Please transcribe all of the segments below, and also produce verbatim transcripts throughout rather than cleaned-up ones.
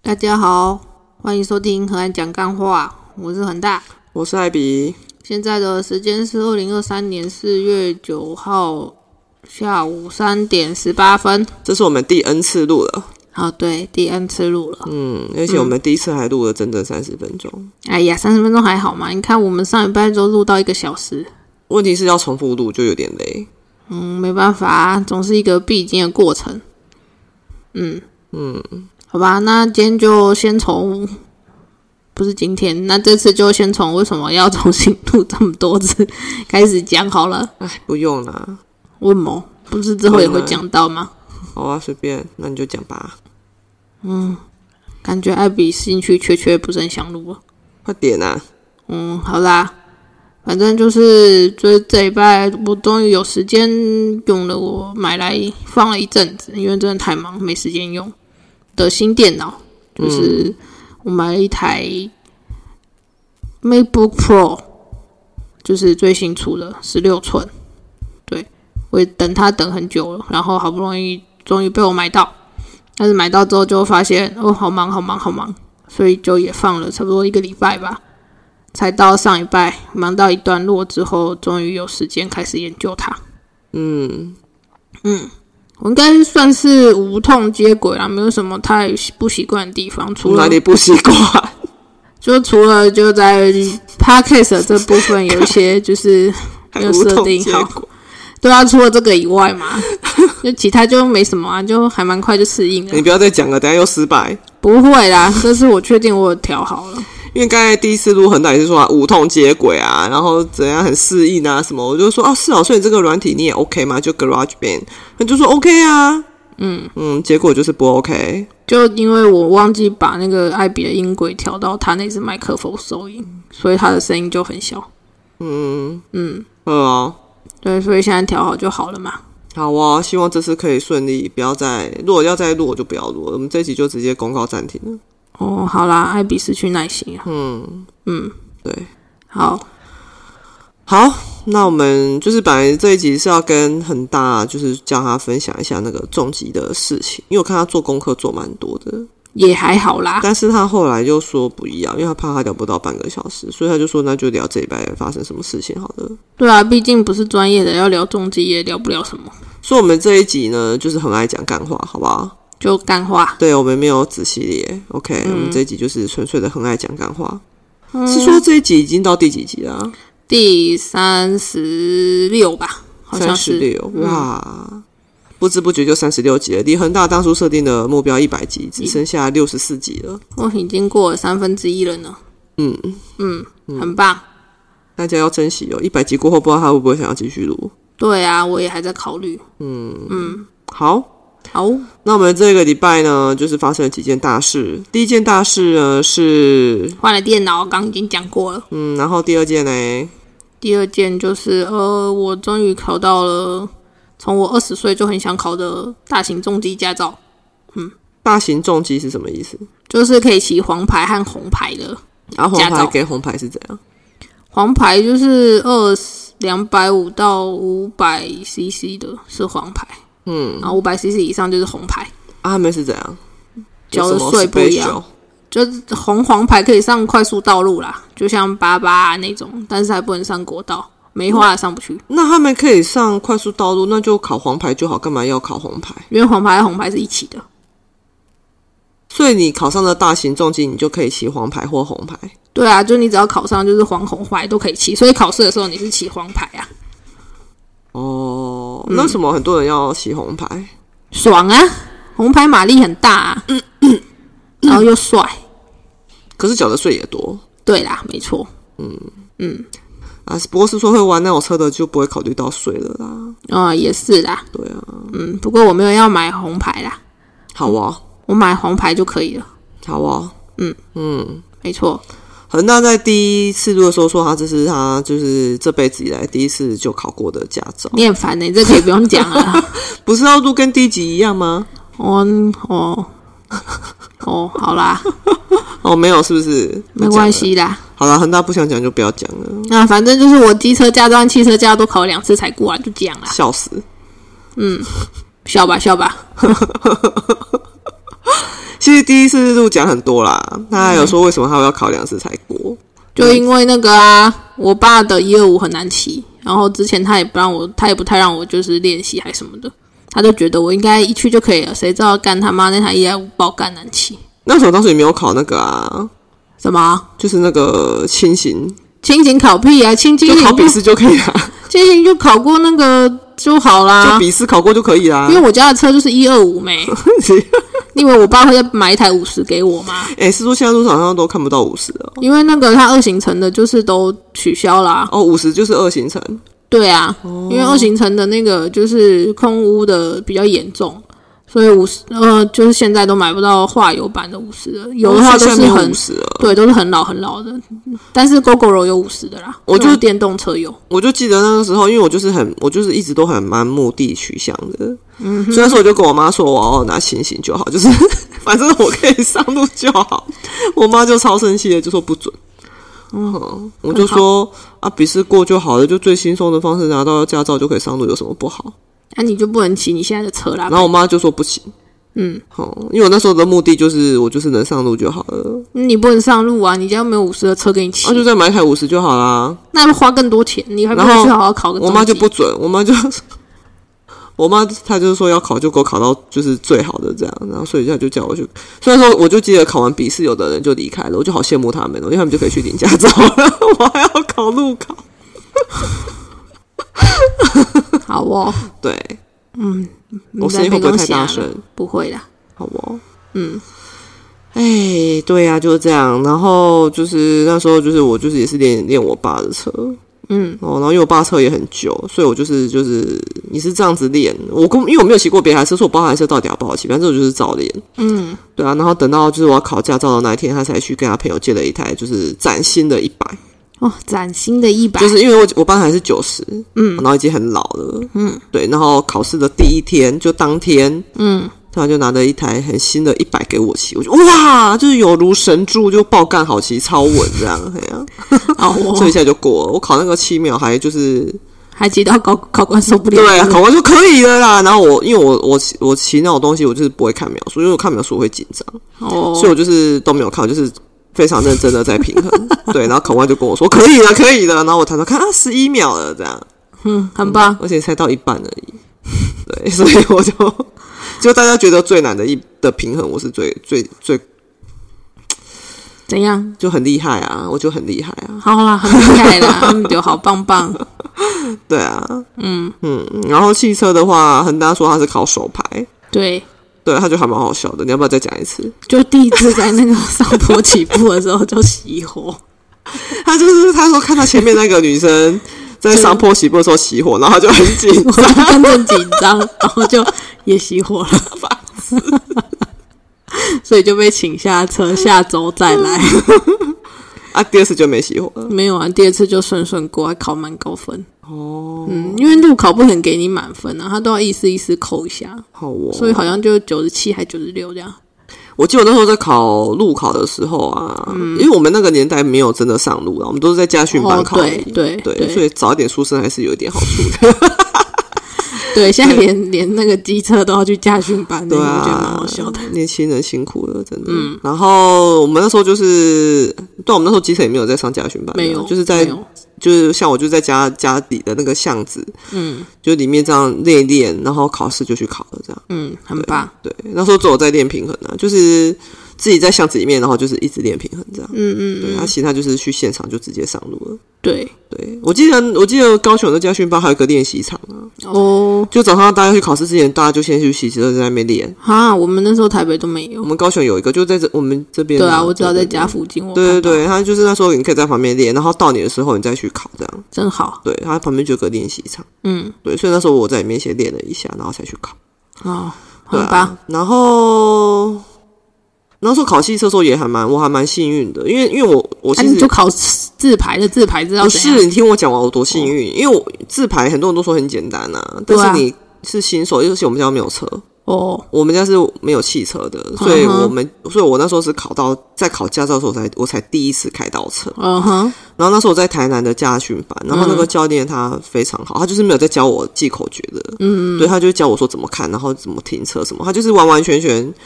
大家好，欢迎收听河岸讲干话，我是恒大， 我是艾比。 现在的时间是二零二三年四月九号下午三点十八分， 这是我们第 N 次录了。 好，对，第 N 次录了。 嗯，而且我们第一次还录了整整三十分钟。 嗯、哎呀，三十分钟还好嘛？你看我们上礼拜就录到一个小时。 问题是要重复录就有点累。 嗯，没办法啊，总是一个必经的过程。嗯嗯，好吧，那今天就先从，不是今天，那这次就先从为什么要重新录这么多次开始讲好了。 哎，不用啦。 为什么？不是之后也会讲到吗？ 好啊，随便，那你就讲吧。 嗯，感觉艾比兴趣缺缺，不是很想录了。 快点啊！ 嗯，好啦。反正就是这这礼拜我终于有时间用了我买来放了一阵子，因为真的太忙没时间用的新电脑，就是我买了一台 MacBook Pro， 就是最新出的十六寸。对，我也等它等很久了，然后好不容易终于被我买到，但是买到之后就发现哦，好忙好忙好忙，所以就也放了差不多一个礼拜吧。才到上礼拜忙到一段落之后，终于有时间开始研究它。嗯嗯，我应该算是无痛接轨啦，没有什么太不习惯的地方。除了哪里不习惯？ 就除了就在 Podcast 这部分有一些就是没有设定好。对啊，除了这个以外嘛，就其他就没什么啊，就还蛮快就适应了。 你不要再讲了，等一下又失败。 不会啦，这次我确定我有调好了。 因为刚才第一次录恒大也是说、啊、无痛接轨啊，然后怎样很适应啊什么，我就说啊是哦，所以这个软体你也 OK 吗？就 GarageBand， 他就说 OK 啊，嗯嗯，结果就是不 OK， 就因为我忘记把那个艾比的音轨调到他那只麦克风收音，所以他的声音就很小。嗯嗯， 呃、哦， 对，所以现在调好就好了嘛。 好啊，希望这次可以顺利，不要再如果要再录我就不要录了，我们这一集就直接公告暂停了。 哦，好啦，艾比失去耐心啊。 嗯嗯， 对， 好， 好，那我们就是本来这一集是要跟恒大，就是叫他分享一下那个重疾的事情，因为我看他做功课做蛮多的， 也还好啦。 但是他后来就说不要，因为他怕他聊不到半个小时，所以他就说那就聊这礼拜发生什么事情好了。 对啊，毕竟不是专业的，要聊重疾也聊不了什么。 所以我们这一集呢，就是很爱讲干话，好不好？ 就干话， 对，我们没有子系列 ，OK，、嗯、我们这一集就是纯粹的很爱讲干话、 嗯。 是说这一集已经到第几集了、啊？ 第三十六吧，好像是。三十六， 哇、嗯！不知不觉就三十六集了，离恒大当初设定的目标一百集只剩下六十四集了。 我已经过了三分之一了呢。嗯嗯，很棒， 大家要珍惜哦！一百集过后，不知道他会不会想要继续录？ 对啊，我也还在考虑。 嗯嗯，好。 好， 那我们这个礼拜呢，就是发生了几件大事。第一件大事呢是换了电脑，刚已经讲过了。 嗯，然后第二件呢？ 第二件就是呃，我终于考到了从我二十岁就很想考的大型重机驾照。嗯， 大型重机是什么意思？ 就是可以骑黄牌和红牌的驾照。 然后黄牌跟红牌是怎样？ 黄牌就是二两百五到五百 C C 的是黄牌。嗯，然后五百 C C 以上就是红牌。 啊，他们是怎样？ 缴的税不一样，就是红黄牌可以上快速道路啦，就像八八、啊、那种，但是还不能上国道，梅花也上不去、嗯。 那他们可以上快速道路，那就考黄牌就好，干嘛要考红牌？ 因为黄牌和红牌是一起的。 所以你考上的大型重机，你就可以骑黄牌或红牌。 对啊，就你只要考上，就是黄红牌都可以骑，所以考试的时候你是骑黄牌啊。 哦，那为什么很多人要骑红牌？ 爽啊！红牌马力很大啊，嗯嗯、然后又帅。 可是缴的税也多。 对啦，没错。嗯嗯， 啊，不过是说会玩那种车的就不会考虑到税了啦。 啊、哦，也是啦。 对啊。 嗯，不过我没有要买红牌啦。 好啊， 我买黄牌就可以了。 好啊。 嗯嗯，没错。 恒大在第一次录的时候说，他这是他就是这辈子以来第一次就考过的驾照。 你很烦呢、欸，这可以不用讲了。 不是要录跟第一集一样吗？ 哦哦哦，好啦。 哦，没有，是不是？ 没关系啦。 好啦，恒大不想讲就不要讲了。 那反正就是我机车驾照和汽车驾照都考了两次才过来，就这样啦。 笑死。 嗯，笑吧笑吧。 其实第一次路讲很多啦，他还有说为什么他要考两次才过， 就因为那个啊，我爸的一二五很难骑，然后之前他也不让我，他也不太让我就是练习还什么的，他就觉得我应该一去就可以了，谁知道干他妈那台一二五爆干难骑。 那时候当时也没有考那个啊， 什么？ 就是那个轻型， 轻型考屁啊，轻轻就考笔试就可以啦， 轻型就考过那个就好啦， 就笔试考过就可以啦。 因为我家的车就是一二五没。你以为我爸会再买一台五十给我吗？ 哎、欸，是说现在路上好像都看不到五十了， 因为那个它二行程的，就是都取消啦。 哦，五十就是二行程。 对啊，哦、因为二行程的那个就是空污的比较严重，所以五十呃，就是现在都买不到化油版的五十了，有的话都是很、哦、对，都是很老很老的。但是 Gogoro 有五十的啦，我就电动车有。 我就记得那个时候，因为我就是很，我就是一直都很蛮目的取向的。嗯，所以那时候我就跟我妈说，我要拿轻型就好，就是反正我可以上路就好。我妈就超生气的，就说不准。嗯，我就说啊，笔试过就好了，就最轻松的方式拿到驾照就可以上路，有什么不好？ 那、啊、你就不能骑你现在的车啦。 然后我妈就说不行。嗯，好，因为我那时候的目的就是我就是能上路就好了。 你不能上路啊，你家没有五十的车给你骑， 那、啊、就再买一台五十就好啦。 那要花更多钱，你还不如去好好考个中级。 我妈就不准，我妈就。我妈她就是说要考就给我考到就是最好的这样，然后所以她就叫我去。虽然说我就记得考完笔试，有的人就离开了，我就好羡慕他们了，因为他们就可以去领驾照了，我还要考路考。 好哦， 对， 嗯， 我声音会不会太大声？ 不会啦， 好哦，嗯。哎，对啊，就是这样。然后就是那时候，就是我就是也是练练我爸的车。嗯，哦，然后因为我爸车也很旧，所以我就是就是你是这样子练。我跟因为我没有骑过别台车，所以我不知道台车到底好不好骑，反正我就是照练。嗯，对啊。然后等到就是我要考驾照的那一天，他才去跟他朋友借了一台就是崭新的一百。 哦，崭新的一百， 就是因为我我爸还是九十，嗯，然后已经很老了，嗯，对。然后考试的第一天就当天，嗯。他就拿了一台很新的一百给我骑，我就哇，就是有如神助，就爆干好骑，超稳这样，哎呀、啊，哦，所以一下就过了。我考那个七秒还就是还骑到考考官受不了， 对啊，考官就可以了啦。然后我因为我我我骑那种东西，我就是不会看秒数，因为我看秒数会紧张，哦，所以我就是都没有看，我就是非常认真的在平衡。对，然后考官就跟我说可以了，可以了。然后我抬头看啊，十一秒了，这样， 嗯，很棒， 而且才到一半而已。对，所以我就。就大家觉得最难的一的平衡，我是最最最怎样？ 就很厉害啊！我就很厉害啊！ 好啦，很厉害啦，就好棒棒。 对啊，嗯嗯。然后汽车的话，恒大说他是考手牌， 对对，他就还蛮好笑的。你要不要再讲一次？ 就第一次在那个上坡起步的时候就熄火， 他就是他说看到前面那个女生。在上坡起步的时候熄火，然后他就很紧张， 真的紧张，然后就也熄火了，所以就被请下车，下周再来。 啊，第二次就没熄火了？ 没有啊，第二次就顺顺过，还考蛮高分。哦，嗯，因为路考不肯给你满分啊，他都要意思意思扣一下。 好哦， 所以好像就九十七还九十六这样。 我记得我那时候在考路考的时候啊，嗯、因为我们那个年代没有真的上路啊，我们都是在家训班考而已、 哦、对 对, 对，所以早一点出生还是有一点好处的。 对，现在连连那个机车都要去驾训班，对啊，我觉得蛮好笑的。 年轻人辛苦了，真的。嗯，然后我们那时候就是，对，我们那时候机车也没有在上驾训班， 没有， 就是在，就是像我就在家家里的那个巷子，嗯，就里面这样练一练，然后考试就去考了，这样， 嗯，很棒。 对，对那时候只有在练平衡啊，就是自己在巷子里面，然后就是一直练平衡这样，嗯嗯，对，他、啊、其他就是去现场就直接上路了。 对对，我记得我记得高雄的家训班还有一个练习场啊，哦，就早上大家去考试之前，大家就先去洗车在那边练。 哈，我们那时候台北都没有， 我们高雄有一个，就在这我们这边。 对啊，我知道在家附近。 对对对，他就是那时候你可以在旁边练，然后到你的时候你再去考，这样真好。 对，他旁边就有个练习场，嗯，对，所以那时候我在里面先练了一下，然后才去考。 哦，好吧、啊。 然后。那时候考汽车的时候也还蛮，我还蛮幸运的，因为因为我我其实、啊、 你就考自排的自排知道不是？你听我讲完我多幸运，哦、因为我自排很多人都说很简单啊，但是你是新手，尤其我们家没有车哦，我们家是没有汽车的，所以我们、嗯、所以我那时候是考到在考驾照的时候才我才第一次开到车，嗯哼。然后那时候我在台南的驾训班，然后那个教练他非常好，他就是没有在教我记口诀的，嗯嗯，对，他就教我说怎么看，然后怎么停车什么，他就是完完全全。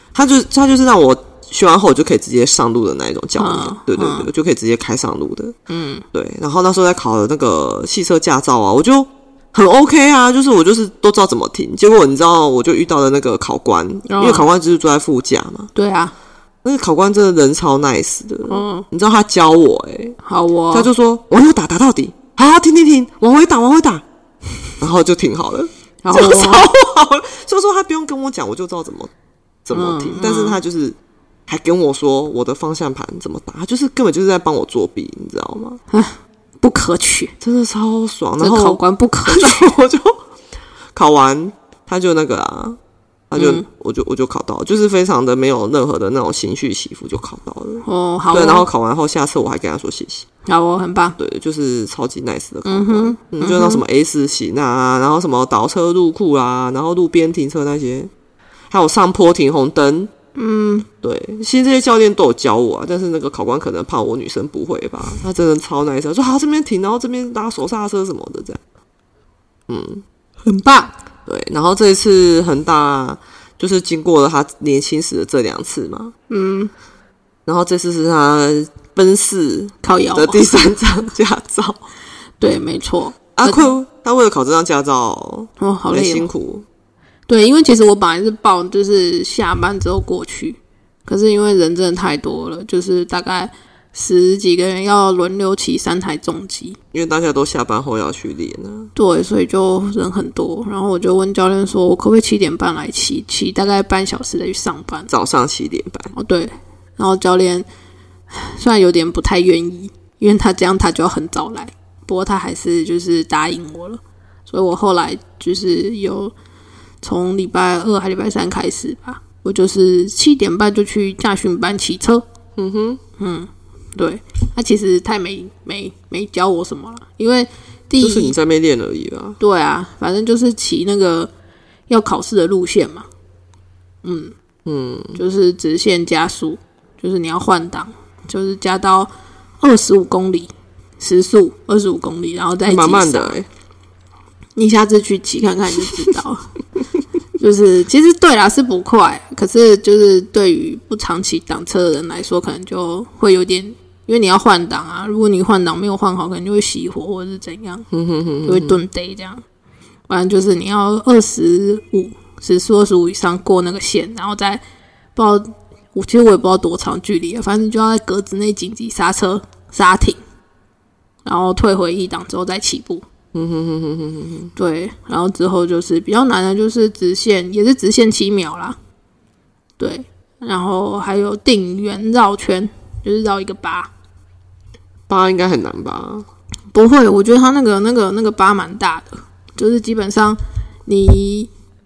他就他就是让我学完后就可以直接上路的那一种教练， 嗯、 对对对， 嗯、 就可以直接开上路的。 嗯， 对。然后那时候在考的那个汽车驾照啊，我就很 OK 啊，就是我就是都知道怎么停。结果你知道，我就遇到了那个考官，嗯、因为考官就是坐在副驾嘛。 对啊。 那个考官真的人超 nice 的，嗯，你知道他教我哎、欸， 好哦， 他就说往右打打到底，好，停停停，往回打往回打，然后就停好了， 好就超好了。所以说他不用跟我讲，我就知道怎么怎么停，嗯、但是他就是还跟我说我的方向盘怎么打，他就是根本就是在帮我作弊，你知道吗？ 啊，不可取， 真的超爽。然后这考官不可取， 然后我就考完，他就那个啊。他就、嗯、我就我就考到了，就是非常的没有任何的那种情绪起伏就考到了。 哦，好哦。 对，然后考完后，下次我还跟他说谢谢。 好哦，很棒。 对，就是超级 nice 的考官。嗯哼，嗯，就那什么 S 型啊，然后什么倒车入库啊，然后路边停车那些，还有上坡停红灯。嗯，对，其实这些教练都有教我啊，但是那个考官可能怕我女生不会吧，他真的超 nice， 他说好这边停，然后这边拉手刹车什么的，这样。嗯， 很棒。 对，然后这一次恒大就是经过了他年轻时的这两次嘛，嗯，然后这次是他奔四靠腰的第三张驾照， 对，没错。 啊，快，他为了考这张驾照， 哦，好累、哦， 很辛苦。 对，因为其实我本来是报就是下班之后过去，可是因为人真的太多了，就是大概十几个人要轮流骑三台重机， 因为大家都下班后要去练啊。 对，所以就人很多。然后我就问教练说：“我可不可以七点半来骑？骑大概半小时再去上班。” 早上七点半。 哦，对。然后教练虽然有点不太愿意，因为他这样他就要很早来，不过他还是就是答应我了。所以我后来就是有从礼拜二还礼拜三开始吧，我就是七点半就去驾训班骑车。嗯哼，嗯。对，他其实他没没没教我什么了，因为第一就是你在那边练而已啦。 对啊，反正就是骑那个要考试的路线嘛。嗯嗯，就是直线加速，就是你要换挡，就是加到二十五公里时速，二十五公里，然后再慢慢的哎、欸， 你下次去骑看看你就知道了。就是其实对啦是不快，可是就是对于不常骑挡车的人来说，可能就会有点，因为你要换挡啊，如果你换挡没有换好，可能就会熄火或者是怎样，就会顿呆这样。不然就是你要二十五时速二十五以上过那个线，然后再不知道，我其实我也不知道多长距离，反正就要在格子内紧急刹车刹停，然后退回一档之后再起步。嗯哼哼哼哼哼，对，然后之后就是比较难的，就是直线，也是直线七秒啦。对，然后还有定圆绕圈，就是绕一个八。 八应该很难吧？ 不会，我觉得它那个那个那个八蛮大的，就是基本上你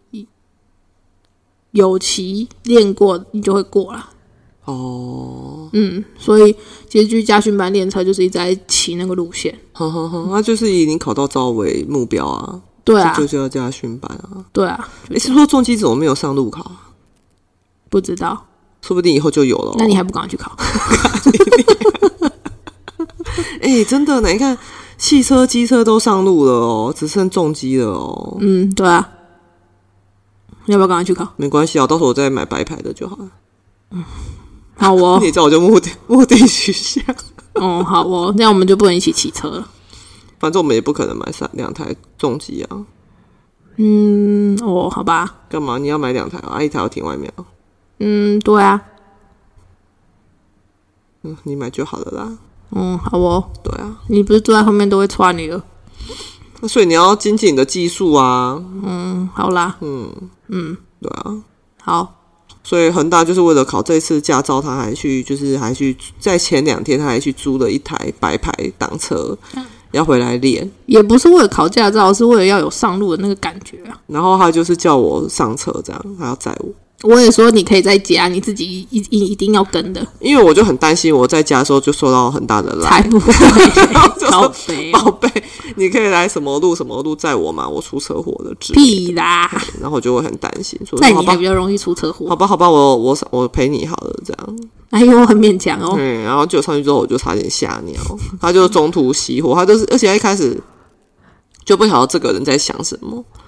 有骑练过，你就会过啦。哦，嗯，所以其实去驾训班练车就是一直在骑那个路线， 呵呵呵，那就是以你考到照为目标啊。 对啊， 就就要驾训班啊。 对啊， 你、欸、是说重机怎么没有上路考？ 不知道， 说不定以后就有了、哦。 那你还不赶快去考？ 哎、欸，真的呢，你看汽车、机车都上路了哦，只剩重机了哦。 嗯，对啊，你要不要赶快去考？ 没关系啊，到时候我再买白牌的就好了。 嗯。好哦， 你知道我就目的目的取向。 哦，好哦，那我们就不能一起骑车了。 反正我们也不可能买三两台重机啊。 嗯，哦，好吧。 干嘛？你要买两台啊？一台要停外面啊？ 嗯，对啊。 嗯，你买就好了啦。 嗯，好哦。 对啊， 你不是坐在后面都会穿你了？ 那所以你要精进你的技术啊。 嗯，好啦。 嗯嗯， 对啊。 好。 所以恒大就是为了考这次驾照，他还去就是还去在前两天他还去租了一台白牌挡车，嗯、要回来练。 也不是为了考驾照，是为了要有上路的那个感觉啊。 然后他就是叫我上车，这样他要载我。 我也说你可以在家，你自己一一一定要跟的。 因为我就很担心我在家的时候就受到很大的赖， 才不会， 宝贝、哦，宝贝，你可以来什么路什么路载我吗？我出车祸了之类的， 屁啦！ 然后我就会很担心，说载你还比较容易出车祸。 好吧，好吧，我我我陪你好了，这样。 哎呦，很勉强哦。 嗯，然后就上去之后，我就差点吓尿，他就中途熄火，他就是，而且他一开始就不晓得这个人在想什么。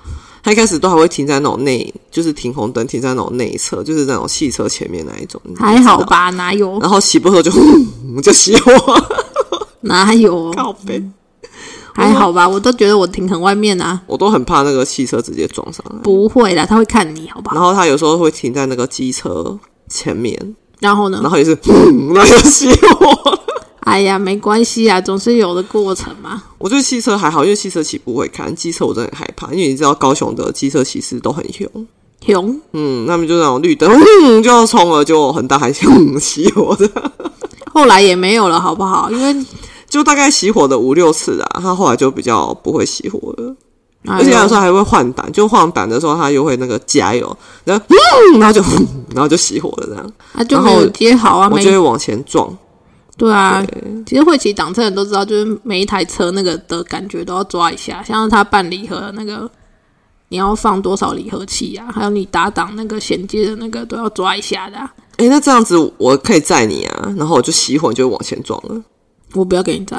他一开始都还会停在那种内，就是停红灯停在那种内侧，就是那种汽车前面那一种。 还好吧，哪有？ 然后起步的时候就呼就熄火， 哪有？ 靠北。 还好吧，我都觉得我停很外面啊， 我都很怕那个汽车直接撞上来。 不会啦，他会看你好不好？ 然后他有时候会停在那个机车前面， 然后呢？ 然后也是，嗯，那就熄火了。 哎呀，没关系啊，总是有的过程嘛。 我觉得汽车还好，因为汽车起步会看，机车我真的很害怕，因为你知道高雄的机车骑士都很凶， 凶， 嗯，他们就那种绿灯，嗯，就要冲了，就很大还嗯熄火的。 后来也没有了，好不好？因为就大概熄火的五六次啦，他后来就比较不会熄火了。 哎、 而且有时候还会换挡，就换挡的时候他又会那个加油，然后嗯，然后就然后就熄火了这样， 啊就没有接好啊， 我就会往前撞。 对啊，对，其实会骑挡车人都知道，就是每一台车那个的感觉都要抓一下，像他办离合那个，你要放多少离合器啊，还有你打档那个衔接的那个都要抓一下的、啊。 哎、欸，那这样子我可以载你啊，然后我就熄火，你就会往前撞了。 我不要给你载，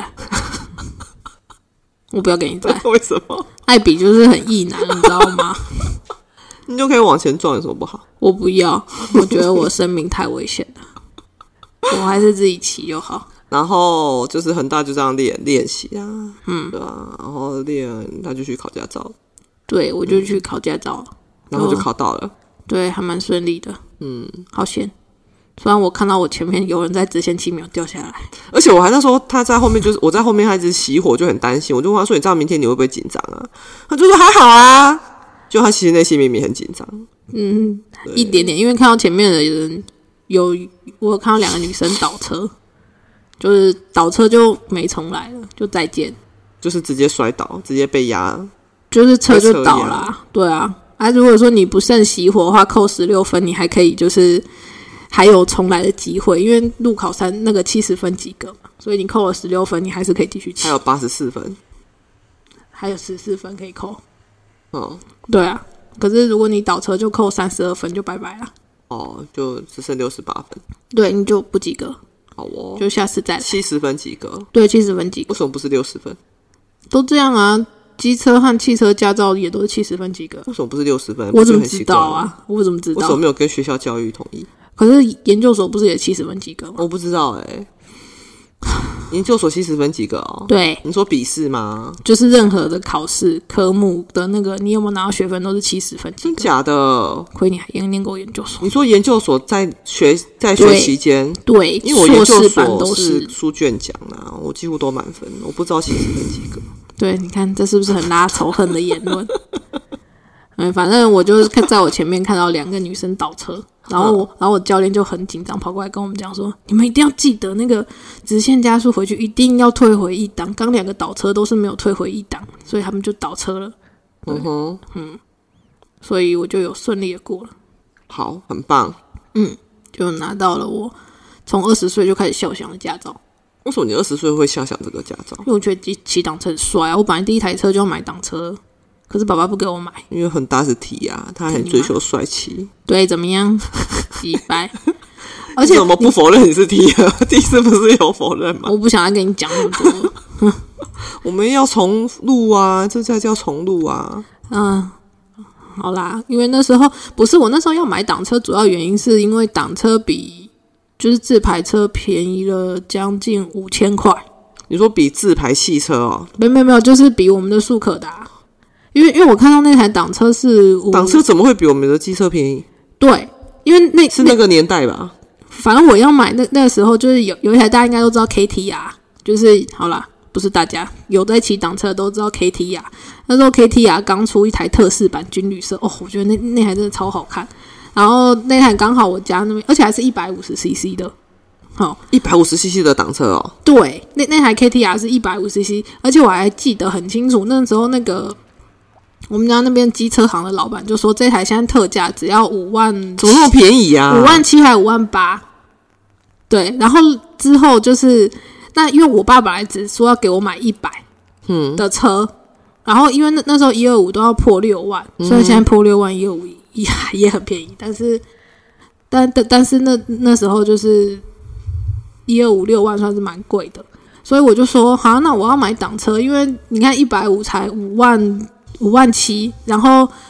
我不要给你载。 为什么？ 艾比就是很意男，你知道吗？ 你就可以往前撞，有什么不好？ 我不要，我觉得我生命太危险了，我还是自己骑就好。 然后就是很大就这样练练习啊，嗯，对啊，然后练他就去考驾照， 对，我就去考驾照了、嗯， 然后就考到了， 对，还蛮顺利的， 嗯， 好险。虽然我看到我前面有人在直线七秒掉下来， 而且我还那时候他在后面，就是我在后面他一直熄火，就很担心。我就问他说：“你知道明天你会不会紧张啊？”他就说：“还好啊。”就他其实内心明明很紧张， 嗯，一点点，因为看到前面的人有，我有看到两个女生倒车，就是倒车就没重来了，就再见， 就是直接摔倒，直接被压， 就是车就倒了、啊。对啊，啊，如果说你不慎熄火的话，扣十六分，你还可以就是还有重来的机会，因为路考三那个七十分及格嘛，所以你扣了十六分，你还是可以继续骑。 还有八十四分， 还有十四分可以扣。 哦， 对啊，可是如果你倒车就扣三十二分，就拜拜了。 哦，就只剩六十八分。 对，你就不及格。 好哦， 就下次再来。 七十分及格。 对，七十分及格。 为什么不是六十分？ 都这样啊，机车和汽车驾照也都是七十分及格。 为什么不是六十分？ 我怎么知道啊？我怎么知道？ 为什么没有跟学校教育统一？ 可是研究所不是也七十分及格吗？ 我不知道哎、欸。研究所七十分及格哦？ 对， 你说笔试吗？ 就是任何的考试科目的那个，你有没有拿到学分都是七十分及格。 真假的？ 亏你还念过研究所？ 你说研究所在学在学期间？ 对， 因为我研究所都是书卷奖啊，我几乎都满分，我不知道七十分及格。 对，你看这是不是很拉仇恨的言论？嗯，反正我就是看在我前面看到两个女生倒车，然后我，然后我教练就很紧张，跑过来跟我们讲说：“你们一定要记得那个直线加速回去，一定要退回一档。刚两个倒车都是没有退回一档，所以他们就倒车了。” 嗯哼， 嗯，所以我就有顺利的过了。 好，很棒。 嗯，就拿到了我从二十岁就开始肖想的驾照。 为什么你二十岁会想想这个驾照？ 因为我觉得骑骑挡车很帅啊！我本来第一台车就要买挡车。可是爸爸不给我买， 因为很大是体啊，他很追求帅气。 对，怎么样？几百，而且怎么不否认你是 T 啊？第一次不是有否认吗？ 我不想再跟你讲那么多。 我们要重录啊，这才叫重录啊。 嗯，好啦，因为那时候不是我那时候要买挡车，主要原因是因为挡车比就是自排车便宜了将近五千块。 你说比自排汽车哦？ 没没没有，就是比我们的速可达。因为因为我看到那台挡车是挡车怎么会比我们的机车便宜？ 对，因为那是那个年代吧。 反正我要买那那个时候就是有有一台大家应该都知道 K T R， 就是好啦，不是大家有在骑挡车的都知道 K T R。那时候 K T R 刚出一台特仕版军绿色，哦，我觉得那那台真的超好看。然后那台刚好我家那边，而且还是一百五十 C C 的。好， 一百五十 C C 的挡车哦。 对，那那台 K T R 是一百五十 C C， 而且我还记得很清楚，那时候那个。我们家那边机车行的老板就说，这台现在特价只要五万， 怎么那么便宜啊？ 五万七还五万八？对，然后之后就是那因为我爸本来只说要给我买一百嗯的车，嗯、然后因为那那时候一二五都要破六万，嗯、所以现在破六万一二五也也很便宜，但是但但但是那那时候就是一二五六万算是蛮贵的，所以我就说好，那我要买挡车，因为你看一百五才五万。五万七，然后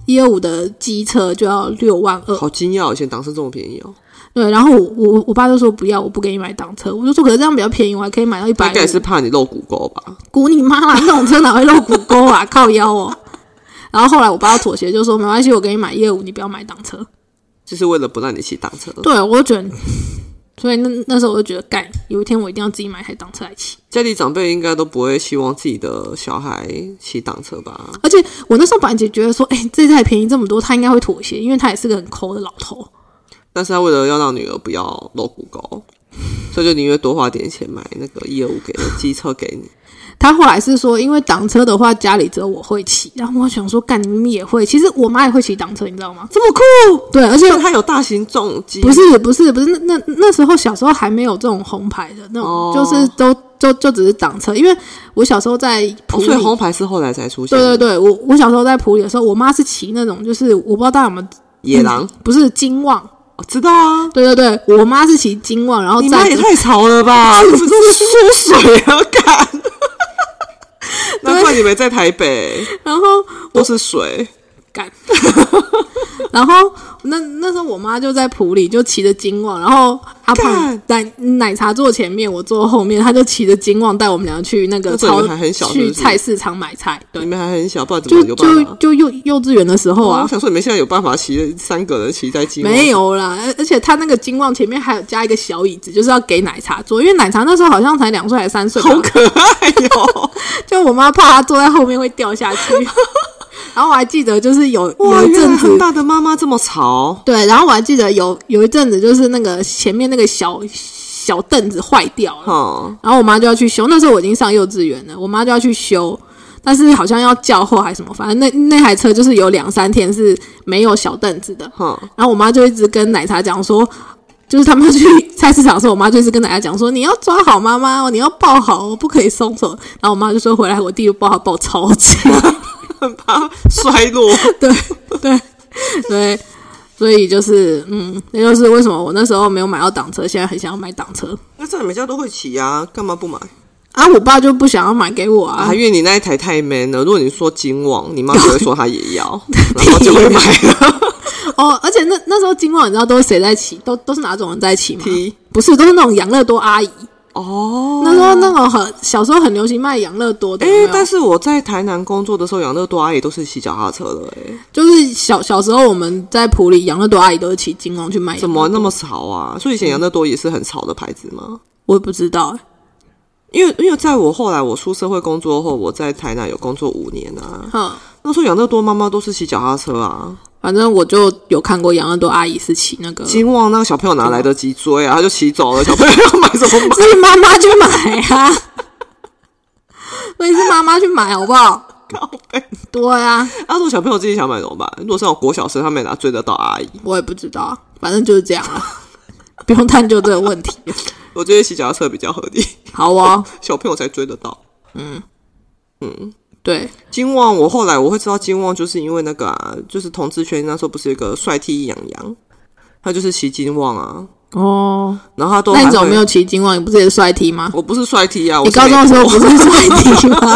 一二五的机车就要六万二， 好惊讶，以前挡车这么便宜哦。 对，然后我我我爸就说不要，我不给你买挡车，我就说可是这样比较便宜，我还可以买到一百。 大概是怕你露骨沟吧？ 鼓你妈啦！那种车哪会露骨沟啊？靠腰哦。然后后来我爸妥协，就说没关系，我给你买一二五，你不要买挡车， 就是为了不让你骑挡车。 对，我就觉得，所以那那时候我就觉得，干，有一天我一定要自己买一台挡车来骑。 家里长辈应该都不会希望自己的小孩骑挡车吧？ 而且我那时候本来就觉得说，哎、欸，这台便宜这么多，他应该会妥协，因为他也是个很抠的老头。 但是他为了要让女儿不要露骨沟，所以就宁愿多花点钱买那个一二五给机车给你。 他后来是说，因为挡车的话，家里只有我会骑。然后我想说，干，你明明也会。其实我妈也会骑挡车，你知道吗？ 这么酷？ 对，而且他有大型重机。 不是不是不是，那那那时候小时候还没有这种红牌的那种，哦、就是都就就只是挡车。因为我小时候在埔里、 哦，所以红牌是后来才出现。 对对对，我我小时候在埔里的时候，我妈是骑那种，就是我不知道大家有没有野狼、嗯， 不是金旺。 我知道啊， 对对对，我妈是骑金旺，然后你妈也太潮了吧，你们都是输水啊，干！难怪你们在台北， 然后都是水干。然后那那时候我妈就在埔里，就骑着金旺，然后阿胖在奶茶坐前面，我坐后面，他就骑着金旺带我们俩去那个超去菜市场买菜。对， 你们还很小，不知道怎么有办法。 就就幼幼稚园的时候啊、 哦，我想说你们现在有办法骑三个人骑在金旺？ 没有啦，而且他那个金旺前面还有加一个小椅子，就是要给奶茶坐，因为奶茶那时候好像才两岁还是三岁， 好可爱哟、哦！ 就我妈怕他坐在后面会掉下去。然后我还记得，就是有有一阵子， 很大的妈妈这么吵。 对，然后我还记得有有一阵子，就是那个前面那个小小凳子坏掉了， 嗯、 然后我妈就要去修。那时候我已经上幼稚园了，我妈就要去修，但是好像要叫货还是什么，反正那那台车就是有两三天是没有小凳子的。 嗯、 然后我妈就一直跟奶茶讲说，就是他们去菜市场的时候，我妈就一直跟奶茶讲说，你要抓好妈妈哦，你要抱好哦，不可以松手。然后我妈就说回来，我弟就抱她抱超紧。 很怕衰落。 对对对，所以就是嗯，那就是为什么我那时候没有买到挡车，现在很想要买挡车。 那这你们家都会骑啊，干嘛不买？ 啊，我爸就不想要买给我啊， 啊因为你那一台太 man 了。如果你说金旺，你妈就会说她也要，然后就会买了。 哦，而且那那时候金旺，你知道都是谁在骑？都都是哪种人在骑吗？不是，都是那种养乐多阿姨。哦，那时候那种很小时候很流行卖养乐多的，哎、欸， 但是我在台南工作的时候，养乐多阿姨都是骑脚踏车的、欸，哎， 就是小小时候我们在埔里，养乐多阿姨都是骑金旺去卖。 怎么那么吵啊？所以以前养乐多也是很吵的牌子吗？ 我也不知道、欸， 因为因为在我后来我出社会工作后，我在台南有工作五年啊，嗯，那时候养乐多妈妈都是骑脚踏车啊。 反正我就有看过养乐多阿姨是骑那个金旺，那个小朋友哪来得及追啊？他就骑走了，小朋友要买什么买？ 所以妈妈去买啊，所以是妈妈去买好不好？对啊， 那、啊、如果小朋友自己想买怎么办？如果是那种国小生，他们哪追得到阿姨？ 我也不知道，反正就是这样了，不用探究这个问题。 我觉得骑脚踏车比较合理。 好啊， 小朋友才追得到。 嗯嗯。 对， 金旺，我后来我会知道金旺，就是因为那个啊，就是同志圈那时候不是有一个帅 T 杨洋，他就是骑金旺啊。 哦， 然后他都那你怎么没有骑金旺？你不是也是帅 T 吗？ 我不是帅 T 啊，我你高中的时候不是帅 T 吗？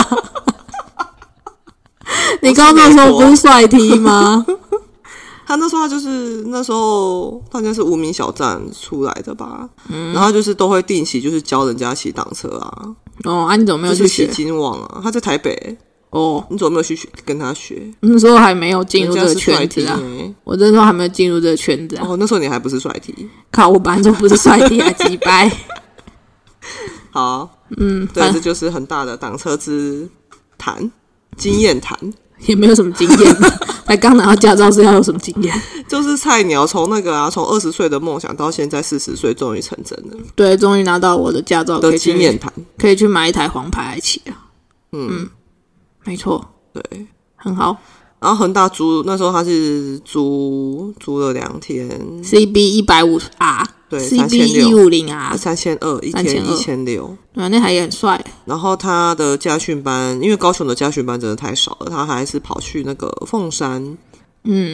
你高中的时候不是帅 T 吗？ 他那时候他就是那时候他应该是无名小站出来的吧，嗯、然后就是都会定期就是教人家骑挡车啊。 哦，啊，你怎么没有去学？ 就是骑金旺啊，他在台北。 哦， 你怎么没有去跟他学？ 那时候还没有进入这个圈子啊，我那时候还没有进入这个圈子啊。 哦，那时候你还不是帅 T。 靠，我本来就不是帅 T 啊，鸡掰。 好，嗯，对，这就是很大的挡车之谈，经验谈。 也没有什么经验，才刚拿到驾照是要有什么经验？ 就是菜鸟从那个啊，从二十岁的梦想到现在四十岁，终于成真了。 对，终于拿到我的驾照的经验谈， 可以去买一台黄牌来骑了。 嗯， 嗯，没错， 对， 很好。 然后恒大租那时候他是租租了两天 ，C B 一百五十 R， 对 ，C B 一五零 R， 三千二，一天一千六， 对啊，那台也很帅。 然后他的驾训班，因为高雄的驾训班真的太少了，他还是跑去那个凤山， 嗯，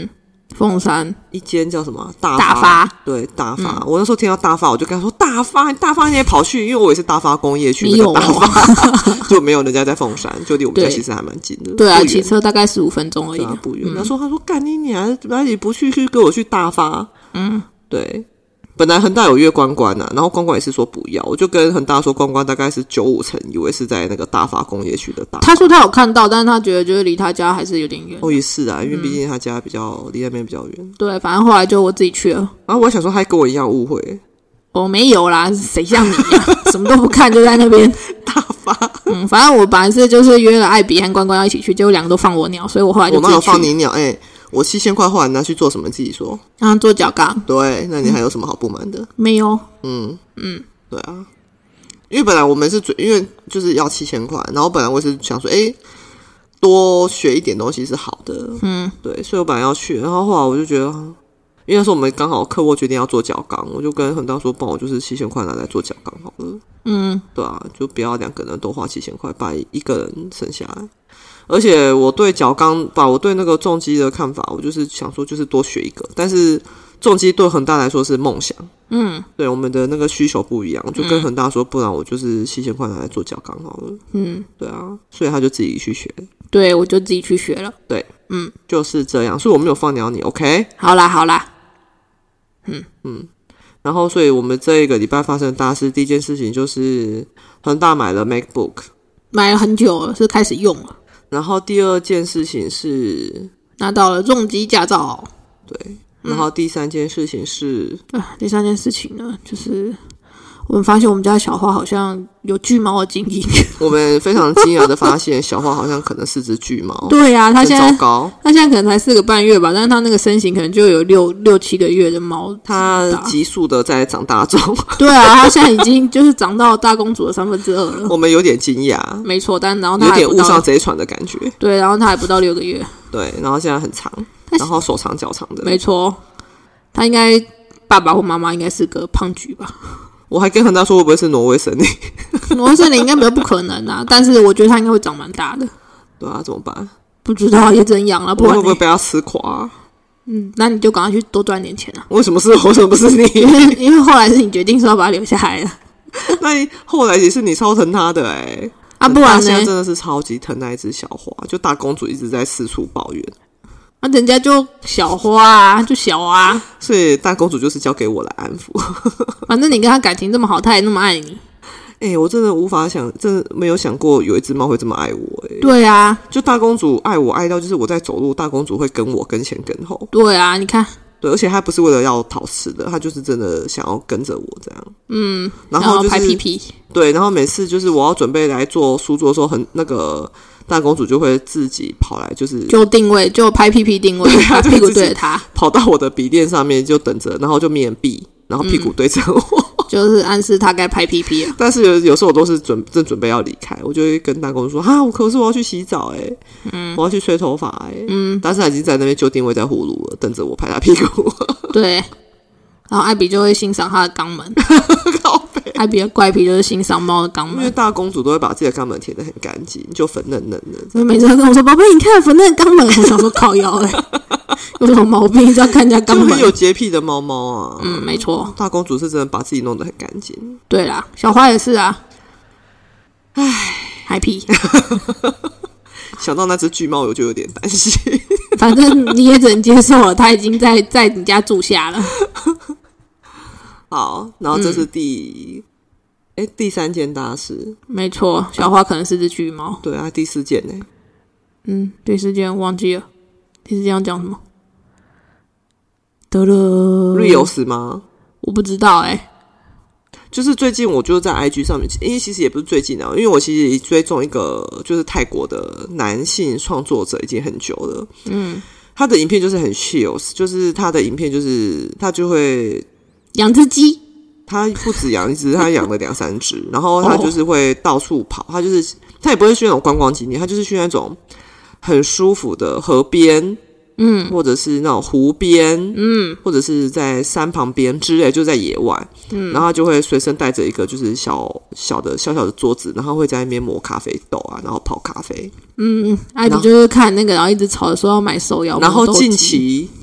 凤山一间叫什么大大发， 对大发、嗯。我那时候听到大发，我就跟他说大发，大发你也跑去，因为我也是大发工业区那个大发，就没有人家在凤山，就离我们家其实还蛮近的。 对啊，骑车大概十五分钟而已， 啊、不远。他、嗯、说他说干你娘，哪里不去去跟我去大发？嗯，对。本来恒大有约关关啊，然后关关也是说不要，我就跟恒大说关关大概是九五成，以为是在那个大发工业区的大发。 他说他有看到，但是他觉得就是离他家还是有点远。 哦，也是啊，因为毕竟他家比较离、嗯、那边比较远。 对，反正后来就我自己去了。 然后我还想说，他还跟我一样误会。 我、哦、没有啦，谁像你呀、啊？什么都不看就在那边大发。 嗯，反正我本来是就是约了艾比和关关要一起去，结果两个都放我鸟，所以我后来就自己去。 我哪有放你鸟？哎、欸。我七千块后来拿去做什么？自己说。 啊，做脚杠。 对，那你还有什么好不满的？ 嗯、没有。 嗯嗯，对啊，因为本来我们是准，因为就是要七千块，然后本来我是想说，哎、欸，多学一点东西是好的。嗯，对，所以我本来要去，然后后来我就觉得，因为那时候我们刚好课后决定要做脚杠，我就跟恒大说，帮我就是七千块拿来做脚杠好了。嗯，对啊，就不要两个人都花七千块，把一个人省下来。而且我对脚杠，把我对那个重机的看法，我就是想说，就是多学一个。但是重机对恒大来说是梦想，嗯，对我们的那个需求不一样，就跟恒大说，不然我就是七千块拿来做脚杠好了，嗯，对啊，所以他就自己去学， 对我就自己去学了， 对，嗯，就是这样，所以我没有放鸟你 ，OK？ 好啦，好啦， 嗯嗯，然后所以我们这一个礼拜发生的大事，第一件事情就是恒大买了 MacBook， 买了很久了，是开始用了。 然后第二件事情是拿到了重机驾照， 对。然后第三件事情是， 嗯、第三件事情呢，就是我们发现我们家小花好像有巨猫的基因。 我们非常惊讶的发现，小花好像可能是只巨猫。 对啊，它现在糟糕， 它现在可能才四个半月吧，但是它那个身形可能就有六六七个月的猫。 它急速的在长大中。 对啊，它现在已经就是长到大公主的三分之二了。 我们有点惊讶， 没错，但然后它有点误上贼船的感觉。 对，然后它还不到六个月。 对，然后现在很长，然后手长脚长的。 没错，它应该爸爸或妈妈应该是个胖橘吧。 我还跟恒大说会不会是挪威森林？ 挪威森林应该比较不可能啊，但是我觉得它应该会长蛮大的。 对啊，怎么办？ 不知道，也只能养了。不然会不会被它吃垮、啊？ 嗯，那你就赶快去多赚点钱啊！ 为什么是我？为什么不是你？ 因为因为后来是你决定说要把它留下来的。 那你后来也是你超疼它的哎、欸、 啊，不然呢？ 现在真的是超级疼那一只小花，就大公主一直在四处抱怨。 那、啊、人家就小花啊，就小啊， 所以大公主就是交给我来安抚。 反正你跟她感情这么好，她也那么爱你。 哎、欸，我真的无法想，真的没有想过有一只猫会这么爱我、欸。 对啊， 就大公主爱我爱到，就是我在走路，大公主会跟我跟前跟后。 对啊，你看， 对，而且她不是为了要讨吃的，她就是真的想要跟着我这样。嗯，然后、就是、 拍屁屁。 对，然后每次就是我要准备来做书桌的时候，很那个。大公主就会自己跑来，就是就定位，就拍屁屁定位，把屁股对着她， 跑到我的笔垫上面就等着，然后就面壁，然后屁股对着我、嗯， 就是暗示她该拍屁屁了。 但是有有时候我都是准正准备要离开，我就会跟大公主说：“哈，我可是我要去洗澡哎、欸，嗯，我要去吹头发哎、欸，嗯。”但是她已经在那边就定位在呼噜了，等着我拍她屁股。 对，然后艾比就会欣赏她的肛门。艾比的怪癖就是欣赏猫的肛门， 因为大公主都会把自己的肛门舔得很干净，就粉嫩嫩的。 所以每次她跟我说：“宝贝，你看粉嫩的肛门。”我想说靠腰哎、欸，有什么毛病？一直要看人家肛门。 就很有洁癖的猫猫啊。 嗯，没错。 大公主是真的把自己弄得很干净。 对啦，小花也是啊。唉，嗨屁。 想到那只巨猫，我就有点担心。 反正你也只能接受了，它已经在在你家住下了。 好，然后这是第哎、嗯、第三件大事， 没错，小花可能是只巨猫。 对啊，第四件呢？ 嗯，第四件忘记了，第四件要讲什么？得了 ，Reels 吗？ 我不知道哎、欸。 就是最近我就在 I G 上面，因为其实也不是最近啊，因为我其实追踪一个就是泰国的男性创作者已经很久了。嗯，他的影片就是很 chill， 就是他的影片就是他就会。 养只鸡， 他不止养一只，他养了两三只，然后他就是会到处跑，他就是他也不会去那种观光景点，他就是去那种很舒服的河边，嗯，或者是那种湖边，嗯，或者是在山旁边之类，就在野外，嗯，然后他就会随身带着一个就是小小的小小的桌子，然后会在那边磨咖啡豆啊，然后泡咖啡， 嗯，艾迪就是看那个，然后一直吵着说要买手摇， 然后近期。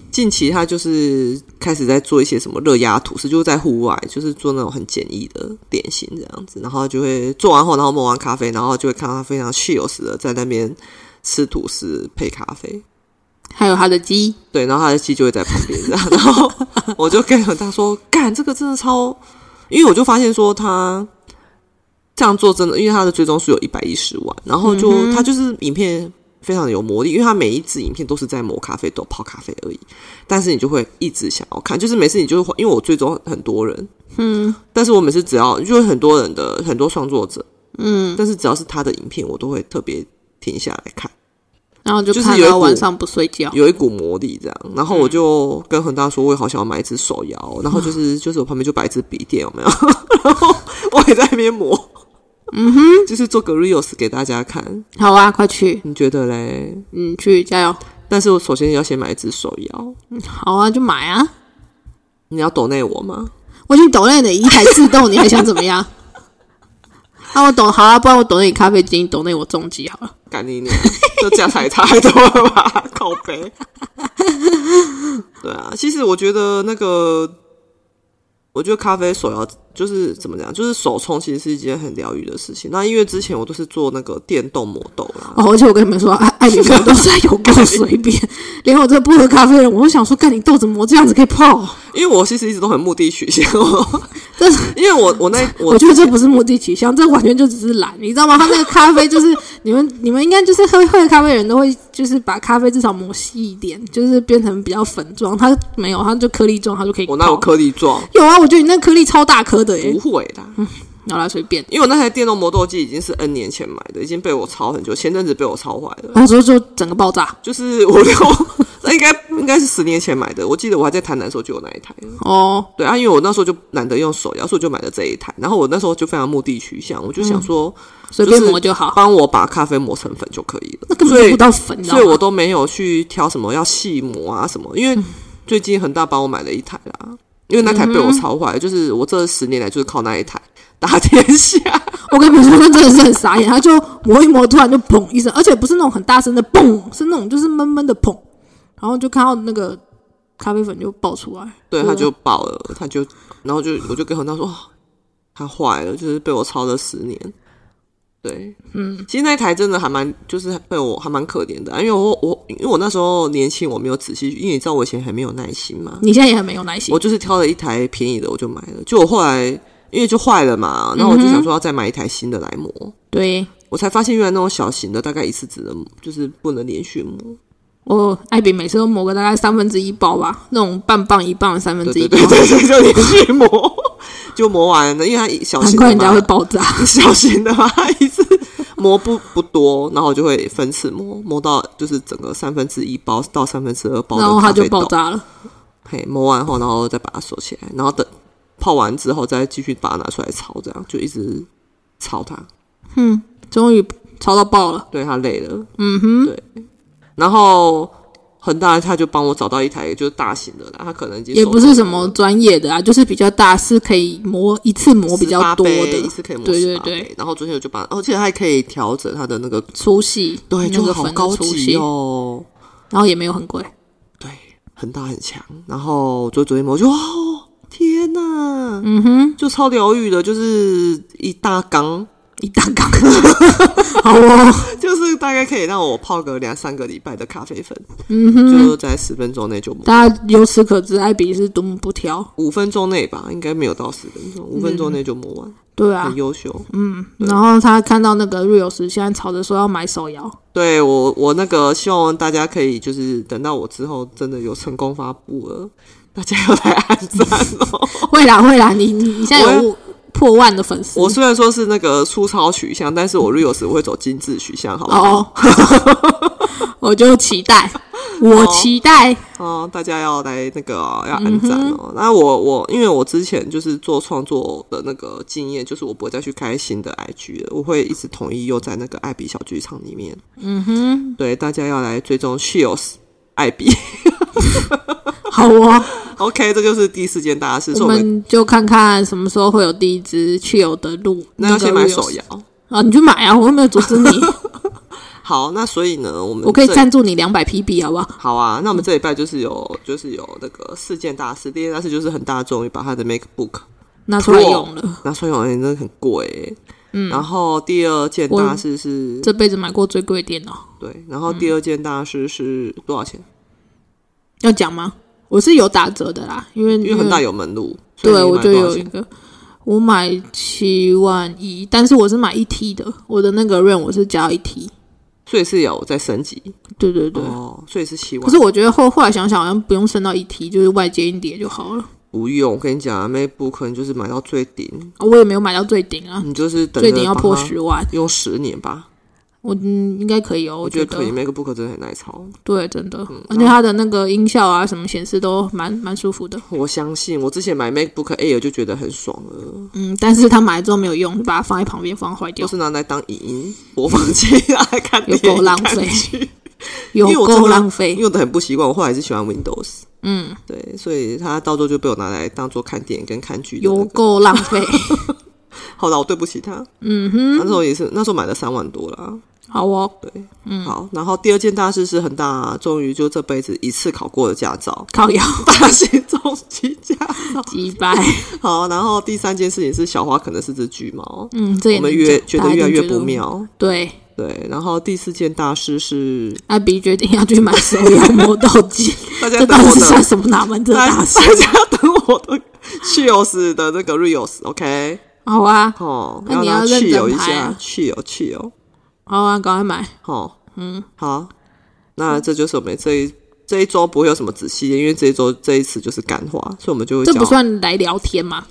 近期他就是开始在做一些什么热压吐司，就是在户外，就是做那种很简易的点心这样子，然后就会做完后，然后磨完咖啡，然后就会看到他非常 chill 的在那边吃吐司配咖啡， 还有他的鸡， 对，然后他的鸡就会在旁边这样，然后我就跟他说，干这个真的超，因为我就发现说他这样做真的，因为他的追踪数有一百一十万，然后就、嗯、他就是影片非常的有魔力，因为他每一支影片都是在磨咖啡豆泡咖啡而已，但是你就会一直想要看，就是每次你就会，因为我追踪很多人，嗯，但是我每次只要就是很多人的很多创作者，嗯，但是只要是他的影片，我都会特别停下来看， 然后就看到晚上不睡觉， 有一股魔力这样，然后我就跟恒大说，我也好想要买一只手摇，然后就是就是我旁边就摆一只笔电，有没有？然后我也在那边磨。嗯哼，就是做个 reels 给大家看。 好啊，快去！ 你觉得嘞？ 嗯，去加油！ 但是我首先要先买一只手摇。 嗯，好啊，就买啊！ 你要抖内我吗？ 我已经抖内你一台自动，你还想怎么样？啊，我抖好啊，不然我抖内你咖啡机，抖内我重击好了。 干你娘！这价才太多了吧？靠北。对啊，其实我觉得那个，我觉得咖啡手摇。就是怎么讲，就是手冲其实是一件很疗愈的事情。那因为之前我都是做那个电动磨豆啦， 哦，而且我跟你们说，艾艾比磨豆实在有够随便，连我这个不喝咖啡的人，我都想说，干你豆子磨这样子可以泡？ 因为我其实一直都很目的取向，但是因为我我那 我, 我觉得这不是目的取向，这完全就只是懒，你知道吗？他那个咖啡就是你们你们应该就是喝喝咖啡的人都会就是把咖啡至少磨细一点，就是变成比较粉状。他没有，他就颗粒状，他就可以泡。 我哪有颗粒状？ 有啊，我觉得你那颗粒超大颗的耶。 不会啦， 嗯，好啦，随便。 因为我那台电动磨豆机已经是 N 年前买的，已经被我抄很久，前阵子被我抄坏了。 然后就就整个爆炸， 就是五六，那应该应该是十年前买的。我记得我还在台南的时候就有那一台了。哦，对啊，因为我那时候就懒得用手摇，所以我就买了这一台。然后我那时候就非常目的取向，我就想说随、嗯、便磨就好， 帮我把咖啡磨成粉就可以了。 那根本就不到粉，你知道吗？ 所以我都没有去挑什么要细磨啊什么，因为最近恒大帮我买了一台啦。因为那台被我抄坏了、嗯，就是我这十年来就是靠那一台打天下。 我跟你们说，那真的是很傻眼，他就磨一磨，突然就砰一声，而且不是那种很大声的砰，是那种就是闷闷的砰，然后就看到那个咖啡粉就爆出来， 对，他就爆了，他就，然后就我就跟恒大说，他坏了，就是被我抄了十年。对，嗯，其实那一台真的还蛮，就是被我还蛮可怜的、啊，因为我我因为我那时候年轻，我没有仔细，因为你知道我以前很没有耐心嘛。 你现在也很没有耐心。 我就是挑了一台便宜的，我就买了。就我后来因为就坏了嘛，然后我就想说要再买一台新的来磨。 对， 我才发现原来那种小型的大概一次只能就是不能连续磨。 我艾比每次都磨个大概三分之一包吧，那种半磅一磅的三分之一包， 对对对对，就连续磨。就磨完了，因为它小型的嘛， 难怪人家会爆炸。 小型的嘛，它一次磨不不多，然后就会分次磨，磨到就是整个三分之一包到三分之二包的咖啡豆， 然后它就爆炸了。 嘿，磨完后，然后再把它收起来，然后等泡完之后再继续把它拿出来炒，这样就一直炒它。嗯， 终于炒到爆了。 对，它累了。嗯哼，对，然后。很大，他就帮我找到一台就是大型的啦，他可能已经也不是什么专业的啊，就是比较大，是可以磨一次磨比较多的， 一次可以磨十八杯。对对对。然后昨天我就把，而且还可以调整它的那个粗细， 对，就好高级哦。 然后也没有很贵， 对，很大很强。然后就昨天磨，我就哦，天哪，嗯哼，就超疗愈的，就是一大缸。 一大缸，好哦， 就是大概可以让我泡个两三个礼拜的咖啡粉，嗯哼，就在十分钟内就磨。 大家由此可知，艾比是多么不挑。 五分钟内吧，应该没有到十分钟，五分钟内就磨完。 对啊， 很优秀。嗯， 然后他看到那个 Reels 现在吵着说要买手摇， 对我我那个希望大家可以就是等到我之后真的有成功发布了，大家要来按赞哦。 会啦会啦，你你你现在有破万的粉丝。 我虽然说是那个粗糙取向，但是我 Reels 我会走精致取向，好不好？ 哦，我就期待，我期待哦，哦大家要来那个、哦、要按赞哦。嗯、那我我因为我之前就是做创作的那个经验，就是我不会再去开新的 I G 了，我会一直统一又在那个艾比小剧场里面。嗯哼，对，大家要来追踪 Chills 艾比。 好哦 ，OK， 这就是第四件大事。 我们就看看什么时候会有第一支去有的路。 那要先买手摇啊，你去买啊，我又没有阻止你。 好，那所以呢，我们我可以赞助你两百 P B 好不好？ 好啊，那我们这礼拜就是有就是有那个四件大事，第一件大事就是恒大终于把他的 MacBook 拿出来用了， 拿出来用，真的很贵欸。嗯，然后第二件大事是这辈子买过最贵的电脑。 对，然后第二件大事是多少钱？ 要讲吗？我是有打折的啦，因为因为恒大有门路， 对，我就有一个，我买七万一，但是我是买一 T 的，我的那个 RAM 我是加一 T， 所以是有在升级。对对对， 哦，所以是七万。 可是我觉得后后来想想，好像不用升到一 T， 就是外接硬碟就好了。 不用，我跟你讲 ，MacBook 可能就是买到最顶、 哦，我也没有买到最顶啊， 你就是等最顶要破十万， 用十年吧。 我嗯应该可以哦，我觉得可以 ，MacBook 真的很耐操。 对，真的，嗯、而且它的那个音效啊，什么显示都蛮蛮舒服的。 我相信，我之前买 MacBook Air 就觉得很爽了。 嗯，但是他买了之后没有用，就把它放在旁边，放坏掉。 都是拿来当影音播放器来看电影， 有够浪费，有够浪费， 用的很不习惯。我后来是喜欢 Windows， 嗯，对，所以它到时候就被我拿来当做看电影跟看剧、那個， 有够浪费。 好了，我对不起他。嗯哼，那时候也是，那时候买了三万多啦。 好哦， 对，嗯，好。然后第二件大事是恒大终于就这辈子一次考过了驾照， 靠腰大型重机驾照， 击败。 好，然后第三件事情是小花可能是只巨猫， 嗯，这也我们越觉得越来越不妙。 对对，然后第四件大事是阿比决定要去买手摇磨豆机， 大家这到底是算什么哪门子大事？ 大家等我的 Chios 的那个 Reels，OK？、Okay？ 好啊， 哦， 那你要认真拍啊， 去油去油。 好啊，赶快买。 好，嗯，好，那这就是我们这一这一周不会有什么仔细的，因为这一周这一次就是干话，所以我们就会这不算来聊天嘛，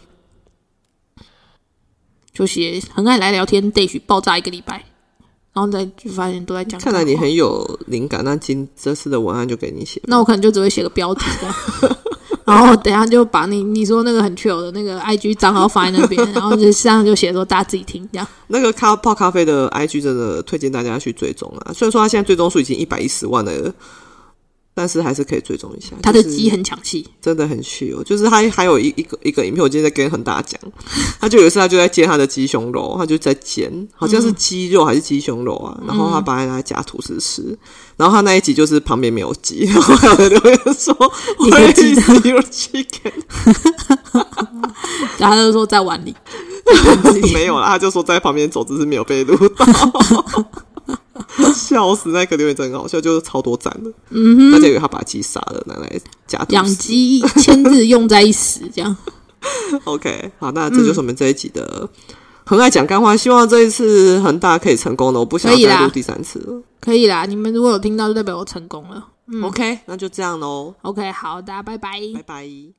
就写很爱来聊天 ，Dash 爆炸一个礼拜，然后再就发现都在讲。 看来你很有灵感，那今这次的文案就给你写。 那我可能就只会写个标题这样。然后等一下就把你你说那个很 chill 的那个 I G 账号放在那边，然后就上就写说大家自己听这样。 那个咖泡咖啡的 I G 真的推荐大家去追踪啊！虽然说他现在追踪数已经一百一十万了，但是还是可以追踪一下。 他的鸡很抢戏， 真的很 chill。就是他还有一一个一个影片，我今天在跟恒大讲，他就有一次他就在煎他的鸡胸肉，他就在煎，好像是鸡肉还是鸡胸肉啊，嗯、然后他把它拿来夹吐司吃。然后他那一集就是旁边没有鸡，然后还有人留言说你的鸡的 your chicken， 然后他就说在碗里， 没有啦，他就说在旁边走，只是没有被录到。笑死，那个留言真好笑，就是超多赞的。嗯哼，大家以为他把鸡杀了拿来夹养鸡一千日用在一时，这样。 OK， 好，那这就是我们这一集的。很爱讲干话，希望这一次恒大可以成功的，我不想再录第三次了。 可以啦，你们如果有听到，就代表我成功了。 嗯、OK， 那就这样咯。 OK， 好，大家拜拜， 拜拜。